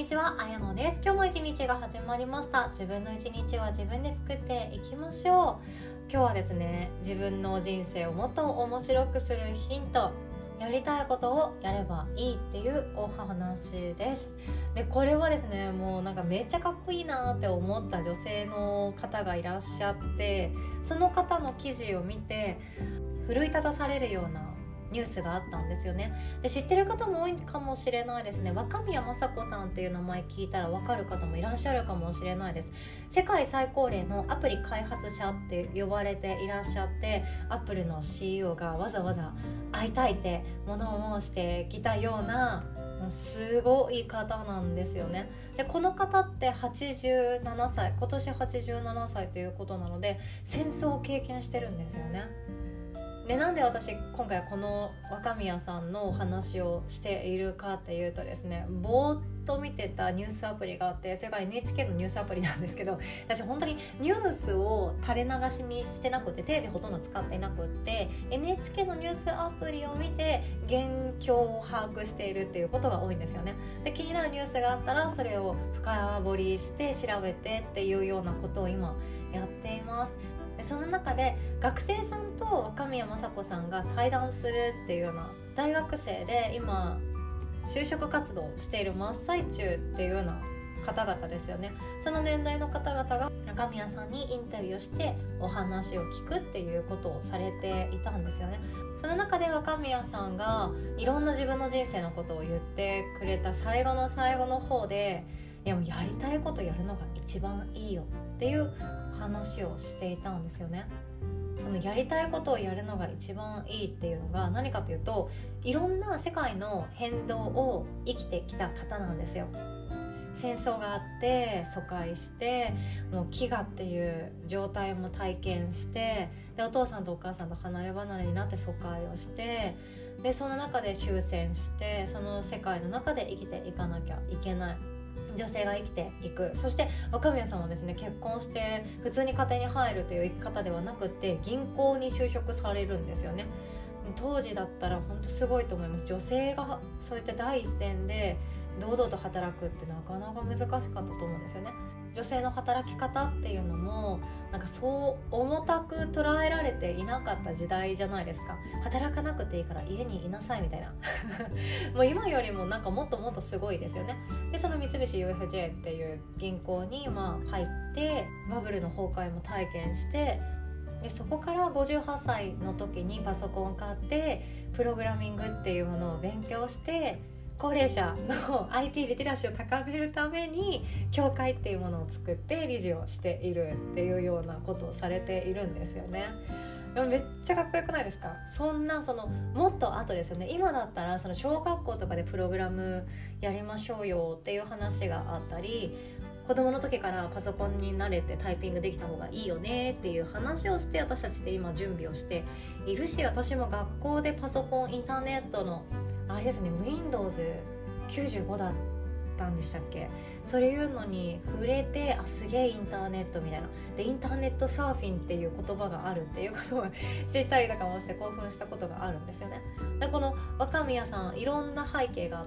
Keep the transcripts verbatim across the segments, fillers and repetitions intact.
にちは、あやのです。今日も一日が始まりました。自分の一日は自分で作っていきましょう。今日はですね、自分の人生をもっと面白くするヒント、やりたいことをやればいいっていうお話です。で、これはですね、もうなんかめっちゃかっこいいなって思った女性の方がいらっしゃって、その方の記事を見て奮い立たされるようなニュースがあったんですよね。で、知ってる方も多いかもしれないですね。若宮正子さんっていう名前聞いたら分かる方もいらっしゃるかもしれないです。世界最高齢のアプリ開発者って呼ばれていらっしゃって、アップルの シーイーオー がわざわざ会いたいって物申してきたようなすごい方なんですよね。で、この方ってはちじゅうななさい、今年はちじゅうななさいということなので、戦争を経験してるんですよね。で、なんで私今回この若宮さんのお話をしているかっていうとですね、ぼーっと見てたニュースアプリがあって、それが エヌエイチケー のニュースアプリなんですけど、私本当にニュースを垂れ流しにしてなくて、テレビほとんど使っていなくって エヌエイチケー のニュースアプリを見て現況を把握しているっていうことが多いんですよね。で、気になるニュースがあったらそれを深掘りして調べてっていうようなことを今やっています。で、その中で学生さんと若宮正子さんが対談するっていうような、大学生で今就職活動している真っ最中っていうような方々ですよね。その年代の方々が若宮さんにインタビューをしてお話を聞くっていうことをされていたんですよね。その中で若宮さんがいろんな自分の人生のことを言ってくれた最後の最後の方で、いやもうやりたいことやるのが一番いいよっていう話をしていたんですよね。そのやりたいことをやるのが一番いいっていうのが何かというと、いろんな世界の変動を生きてきた方なんですよ。戦争があって疎開して、もう飢餓っていう状態も体験して、でお父さんとお母さんと離れ離れになって疎開をして、でその中で終戦して、その世界の中で生きていかなきゃいけない女性が生きていく。そして若宮さんはですね、結婚して普通に家庭に入るという生き方ではなくて、銀行に就職されるんですよね。当時だったら本当すごいと思います。女性がそういった第一線で堂々と働くってなかなか難しかったと思うんですよね。女性の働き方っていうのもなんかそう重たく捉えられていなかった時代じゃないですか。働かなくていいから家にいなさいみたいなもう今よりもなんかもっともっとすごいですよね。で、その三菱 ユーエフジェー っていう銀行にまあ入って、バブルの崩壊も体験して、でそこからごじゅうはっさいの時にパソコンを買ってプログラミングっていうものを勉強して、高齢者の アイティー リテラシーを高めるために協会っていうものを作って理事をしているっていうようなことをされているんですよね。めっちゃかっこよくないですか？そんなそのもっと後ですよね。今だったらその小学校とかでプログラムやりましょうよっていう話があったり、子供の時からパソコンに慣れてタイピングできた方がいいよねっていう話をして、私たちって今準備をしているし、私も学校でパソコンインターネットのあれですね、 ウィンドウズきゅうじゅうご だったんでしたっけ、そういうのに触れて、あ、すげえインターネットみたいな、でインターネットサーフィンっていう言葉があるっていうことを知ったりとかもして興奮したことがあるんですよね。で、この若宮さんいろんな背景があって、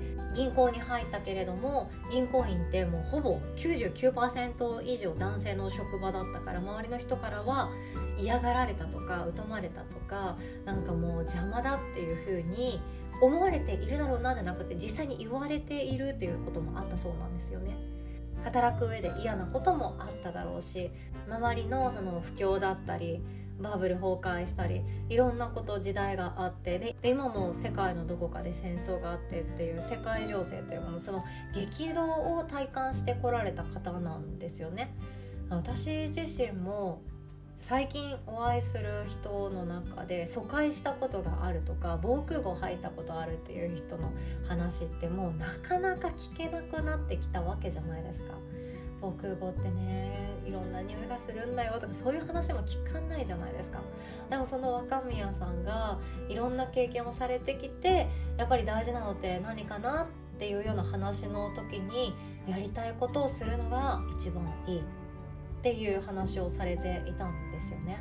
銀行に入ったけれども、銀行員ってもうほぼ きゅうじゅうきゅうパーセント 以上男性の職場だったから、周りの人からは嫌がられたとか疎まれたとか、なんかもう邪魔だっていう風に思われているだろうなじゃなくて、実際に言われているということもあったそうなんですよね。働く上で嫌なこともあっただろうし、周りのその不況だったりバブル崩壊したり、いろんなこと時代があって、で今も世界のどこかで戦争があってっていう世界情勢というもの、その激動を体感してこられた方なんですよね。私自身も最近お会いする人の中で疎開したことがあるとか、防空壕入ったことあるっていう人の話ってもうなかなか聞けなくなってきたわけじゃないですか。防空壕ってね、いろんな匂いがするんだよとか、そういう話も聞かないじゃないですか。でもその若宮さんがいろんな経験をされてきて、やっぱり大事なのって何かなっていうような話の時に、やりたいことをするのが一番いいっていう話をされていたんですよね。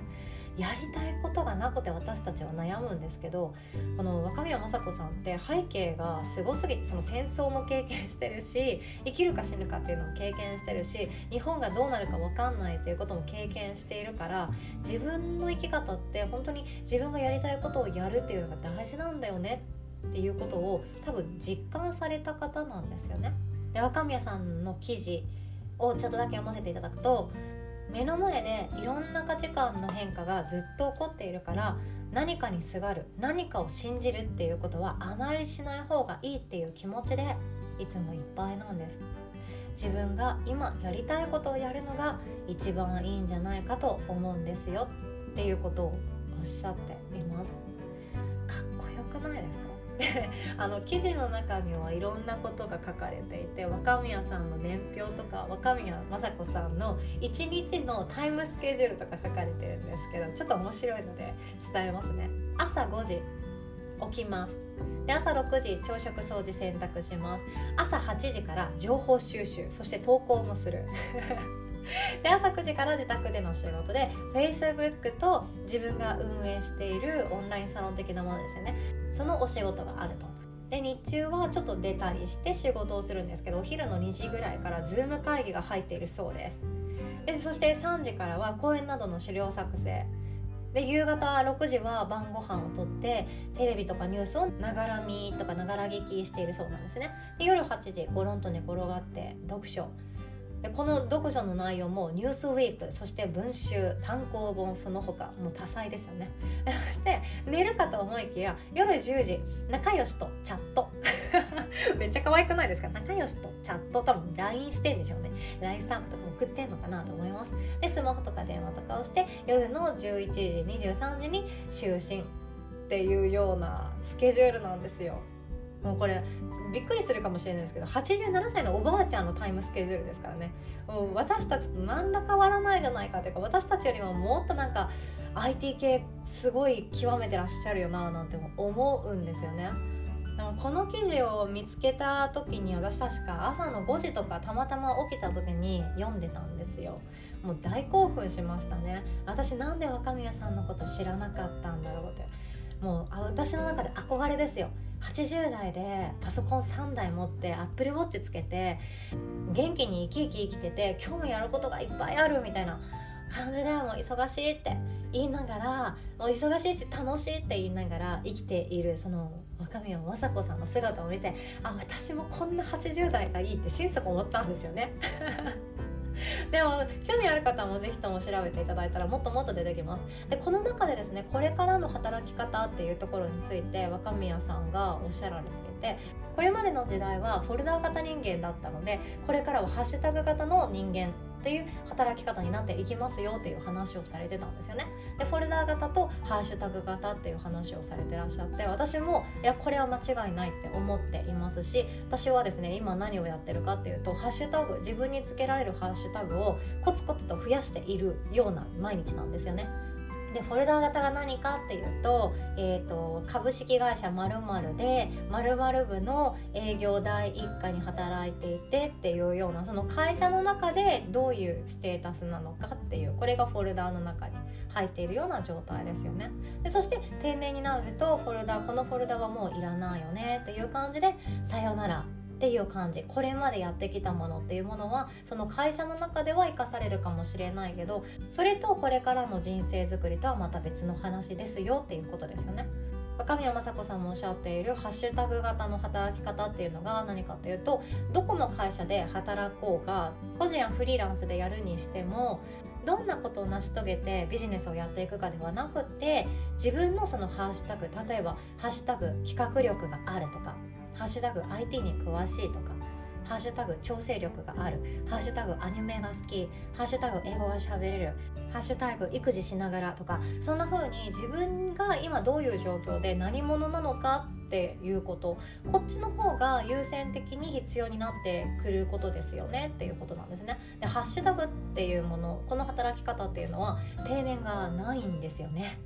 やりたいことがなくて私たちは悩むんですけど、この若宮正子さんって背景がすごすぎて、その戦争も経験してるし、生きるか死ぬかっていうのも経験してるし、日本がどうなるか分かんないっていうことも経験しているから、自分の生き方って本当に自分がやりたいことをやるっていうのが大事なんだよねっていうことを多分実感された方なんですよね。で、若宮さんの記事をちょっとだけ読ませていただくと、目の前でいろんな価値観の変化がずっと起こっているから、何かにすがる、何かを信じるっていうことはあまりしない方がいいっていう気持ちでいつもいっぱいなんです。自分が今やりたいことをやるのが一番いいんじゃないかと思うんですよっていうことをおっしゃっています。かっこよくないですか？あの記事の中にはいろんなことが書かれていて、若宮さんの年表とか若宮正子さんのいちにちのタイムスケジュールとか書かれてるんですけど、ちょっと面白いので伝えますね。朝ごじ起きます。で、朝ろくじ朝食掃除洗濯します。朝はちじから情報収集、そして投稿もするで、朝くじから自宅での仕事で Facebook と自分が運営しているオンラインサロン的なものですよね、そのお仕事があると。で、日中はちょっと出たりして仕事をするんですけど、お昼のにじぐらいからズーム会議が入っているそうです。で、そしてさんじからは講演などの資料作成で、夕方ろくじは晩ご飯をとってテレビとかニュースをながら見とかながら聞きしているそうなんですね。で、夜はちじゴロンと寝転がって読書で、この読書の内容もニュースウィーク、そして文集、単行本、その他もう多彩ですよね。そして寝るかと思いきや夜じゅうじ仲良しとチャットめっちゃ可愛くないですか？仲良しとチャット、多分 ライン してんでしょうね。 ライン スタンプとか送ってんのかなと思います。で、スマホとか電話とかをして夜のじゅういちじにじゅうさんじに就寝っていうようなスケジュールなんですよ。もうこれびっくりするかもしれないですけど、はちじゅうななさいのおばあちゃんのタイムスケジュールですからね。もう私たちと何ら変わらないじゃないかというか、私たちよりももっとなんか アイティー 系すごい極めてらっしゃるよななんて思うんですよね。でもこの記事を見つけた時に、私確か朝のごじとかたまたま起きた時に読んでたんですよ。もう大興奮しましたね。私なんで若宮さんのこと知らなかったんだろうって。もう私の中で憧れですよ。はちじゅうだいでパソコンさんだい持ってアップルウォッチつけて元気に生き生き生きてて、今日もやることがいっぱいあるみたいな感じで、もう忙しいって言いながら、もう忙しいし楽しいって言いながら生きているその若宮正子さんの姿を見て、あ、私もこんなはちじゅうだいがいいって心底思ったんですよねでも興味ある方もぜひとも調べていただいたらもっともっと出てきます。で、この中でですね、これからの働き方っていうところについて若宮さんがおっしゃられていて、これまでの時代はフォルダー型人間だったので、これからはハッシュタグ型の人間っていう働き方になっていきますよっていう話をされてたんですよね。で、フォルダー型とハッシュタグ型っていう話をされてらっしゃって、私もいやこれは間違いないって思っていますし、私はですね今何をやってるかっていうと、ハッシュタグ、自分につけられるハッシュタグをコツコツと増やしているような毎日なんですよね。で、フォルダー型が何かっていうと、えーと株式会社〇〇で〇〇部の営業第一課に働いていてっていうような、その会社の中でどういうステータスなのかっていう、これがフォルダーの中に入っているような状態ですよね。で、そして定年になるとフォルダー、このフォルダーはもういらないよねっていう感じでさよならっていう感じ。これまでやってきたものっていうものはその会社の中では生かされるかもしれないけど、それとこれからの人生づくりとはまた別の話ですよっていうことですよね。若宮正子さんもおっしゃっているハッシュタグ型の働き方っていうのが何かというと、どこの会社で働こうが、個人やフリーランスでやるにしても、どんなことを成し遂げてビジネスをやっていくかではなくて、自分のそのハッシュタグ、例えばハッシュタグ企画力があるとか、ハッシュタグ アイティー に詳しいとか、ハッシュタグ調整力がある、ハッシュタグアニメが好き、ハッシュタグ英語が喋れる、ハッシュタグ育児しながらとか、そんな風に自分が今どういう状況で何者なのかっていうこと、こっちの方が優先的に必要になってくることですよねっていうことなんですね。で、ハッシュタグっていうもの、この働き方っていうのは定年がないんですよね。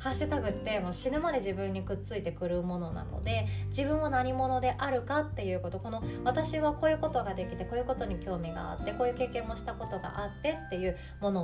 ハッシュタグってもう死ぬまで自分にくっついてくるものなので、自分は何者であるかっていうこと、この私はこういうことができて、こういうことに興味があって、こういう経験もしたことがあってっていうものって、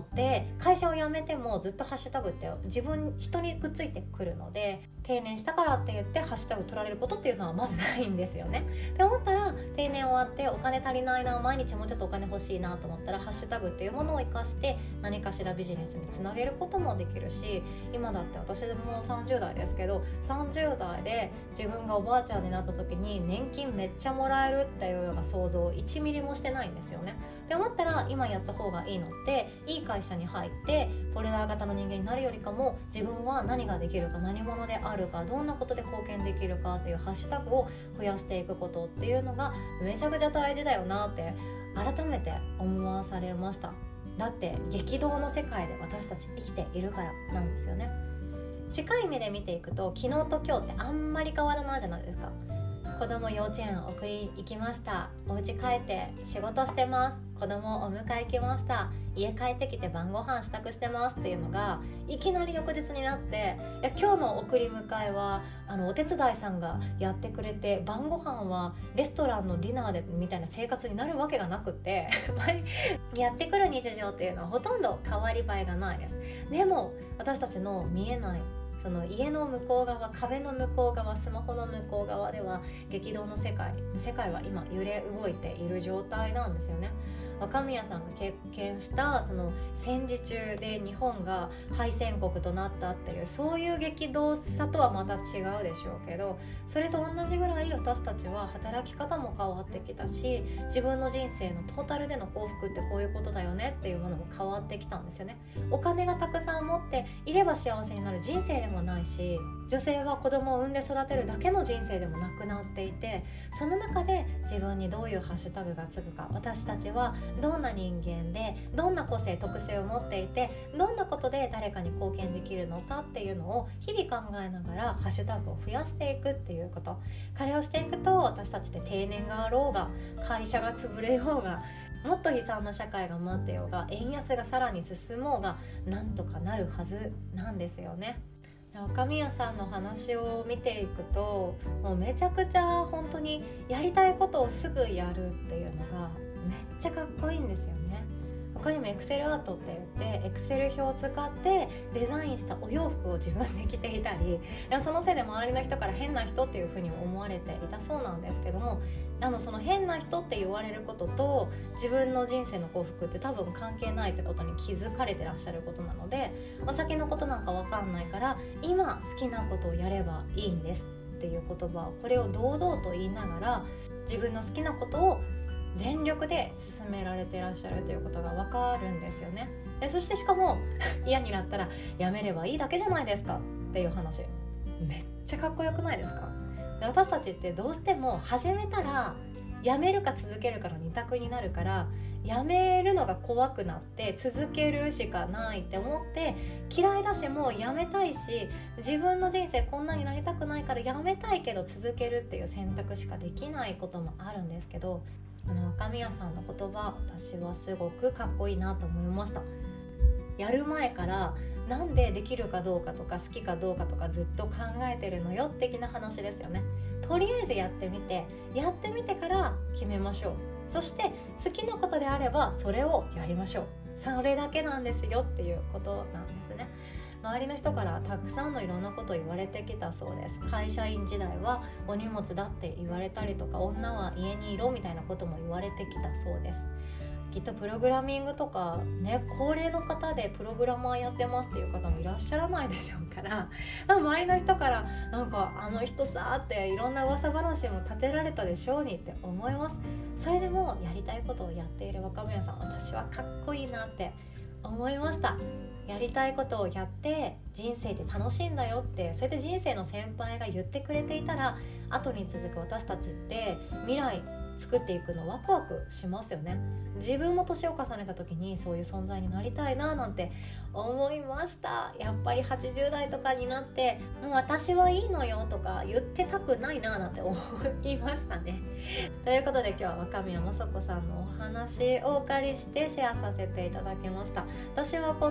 会社を辞めてもずっとハッシュタグって自分人にくっついてくるので、定年したからって言ってハッシュタグ取られることっていうのはまずないんですよね。って思ったら、定年終わってお金足りないな、毎日もうちょっとお金欲しいなと思ったら、ハッシュタグっていうものを生かして何かしらビジネスにつなげることもできるし、今だって私もさんじゅう代ですけど、さんじゅう代で自分がおばあちゃんになった時に年金めっちゃもらえるっていうような想像いちミリもしてないんですよね。って思ったら、今やった方がいいのって、いい会社に入ってフォルダー型の人間になるよりかも、自分は何ができるか、何者であるか、どんなことで貢献できるかっていうハッシュタグを増やしていくことっていうのがめちゃくちゃ大事だよなって改めて思わされました。だって激動の世界で私たち生きているからなんですよね。近い目で見ていくと、昨日と今日ってあんまり変わらないじゃないですか。子供幼稚園送り行きました、お家帰って仕事してます、子供お迎え行きました、家帰ってきて晩ご飯支度してますっていうのがいきなり翌日になって、いや今日の送り迎えはあのお手伝いさんがやってくれて、晩ご飯はレストランのディナーでみたいな生活になるわけがなくってやってくる日常っていうのはほとんど変わり映えがないです。でも私たちの見えないその家の向こう側、壁の向こう側、スマホの向こう側では激動の世界世界は今揺れ動いている状態なんですよね。若宮さんが経験したその戦時中で日本が敗戦国となったっていう、そういう激動さとはまた違うでしょうけど、それと同じぐらい私たちは働き方も変わってきたし、自分の人生のトータルでの幸福ってこういうことだよねっていうものも変わってきたんですよね。お金がたくさん持っていれば幸せになる人生でもないし、女性は子供を産んで育てるだけの人生でもなくなっていて、その中で自分にどういうハッシュタグがつくか、私たちはどんな人間で、どんな個性特性を持っていて、どんなことで誰かに貢献できるのかっていうのを日々考えながらハッシュタグを増やしていくっていうこと、これをしていくと、私たちって定年があろうが会社が潰れようが、もっと悲惨な社会が待ってようが、円安がさらに進もうが、なんとかなるはずなんですよね。若宮さんの話を見ていくと、もうめちゃくちゃ本当にやりたいことをすぐやるっていうのがめっちゃかっこいいんですよね。他にもエクセルアートって言ってエクセル表を使ってデザインしたお洋服を自分で着ていたり、そのせいで周りの人から変な人っていう風に思われていたそうなんですけども、あのその変な人って言われることと自分の人生の幸福って多分関係ないってことに気づかれてらっしゃることなので、お先のことなんか分かんないから今好きなことをやればいいんですっていう言葉、これを堂々と言いながら自分の好きなことを全力で進められてらっしゃるということが分かるんですよね。でそしてしかも嫌になったらやめればいいだけじゃないですかっていう話、めっちゃかっこよくないですか？で私たちってどうしても始めたらやめるか続けるかの二択になるから、やめるのが怖くなって続けるしかないって思って、嫌いだしもうやめたいし、自分の人生こんなになりたくないからやめたいけど続けるっていう選択しかできないこともあるんですけど、あの若宮さんの言葉、私はすごくかっこいいなと思いました。やる前からなんでできるかどうかとか好きかどうかとかずっと考えてるのよ的な話ですよね。とりあえずやってみてやってみてから決めましょう。そして好きなことであればそれをやりましょう。それだけなんですよっていうことなんですね。周りの人からたくさんのいろんなことを言われてきたそうです。会社員時代はお荷物だって言われたりとか、女は家にいろみたいなことも言われてきたそうです。きっとプログラミングとかね、高齢の方でプログラマーやってますっていう方もいらっしゃらないでしょうから、周りの人からなんかあの人さっていろんな噂話も立てられたでしょうにって思います。それでもやりたいことをやっている若宮さん、私はかっこいいなって思いました。やりたいことをやって人生で楽しいんだよって、それで人生の先輩が言ってくれていたら、後に続く私たちって未来作っていくのワクワクしますよね。自分も年を重ねた時にそういう存在になりたいななんて思いました。やっぱりはちじゅう代とかになってもう私はいいのよとか言ってたくないななんて思いましたね。ということで今日は若宮正子さんのお話をお借りしてシェアさせていただきました。私はこのニュー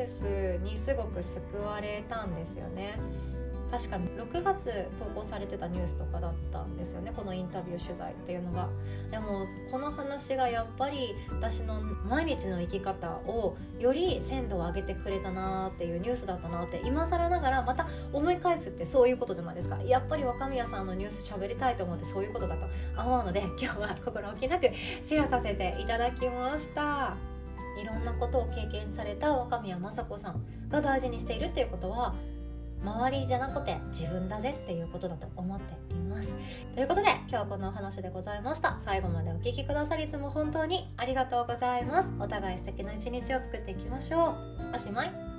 ースにすごく救われたんですよね。確かろくがつ投稿されてたニュースとかだったんですよね、このインタビュー取材っていうのが。でもこの話がやっぱり私の毎日の生き方をより鮮度を上げてくれたなっていうニュースだったなって今更ながらまた思い返すって、そういうことじゃないですか。やっぱり若宮さんのニュース喋りたいと思ってそういうことだと思うので、今日は心置きなくシェアさせていただきました。いろんなことを経験された若宮正子さんが大事にしているっていうことは、周りじゃなくて自分だぜっていうことだと思っています。ということで今日はこのお話でございました。最後までお聞きくださりいつも本当にありがとうございます。お互い素敵な一日を作っていきましょう。おしまい。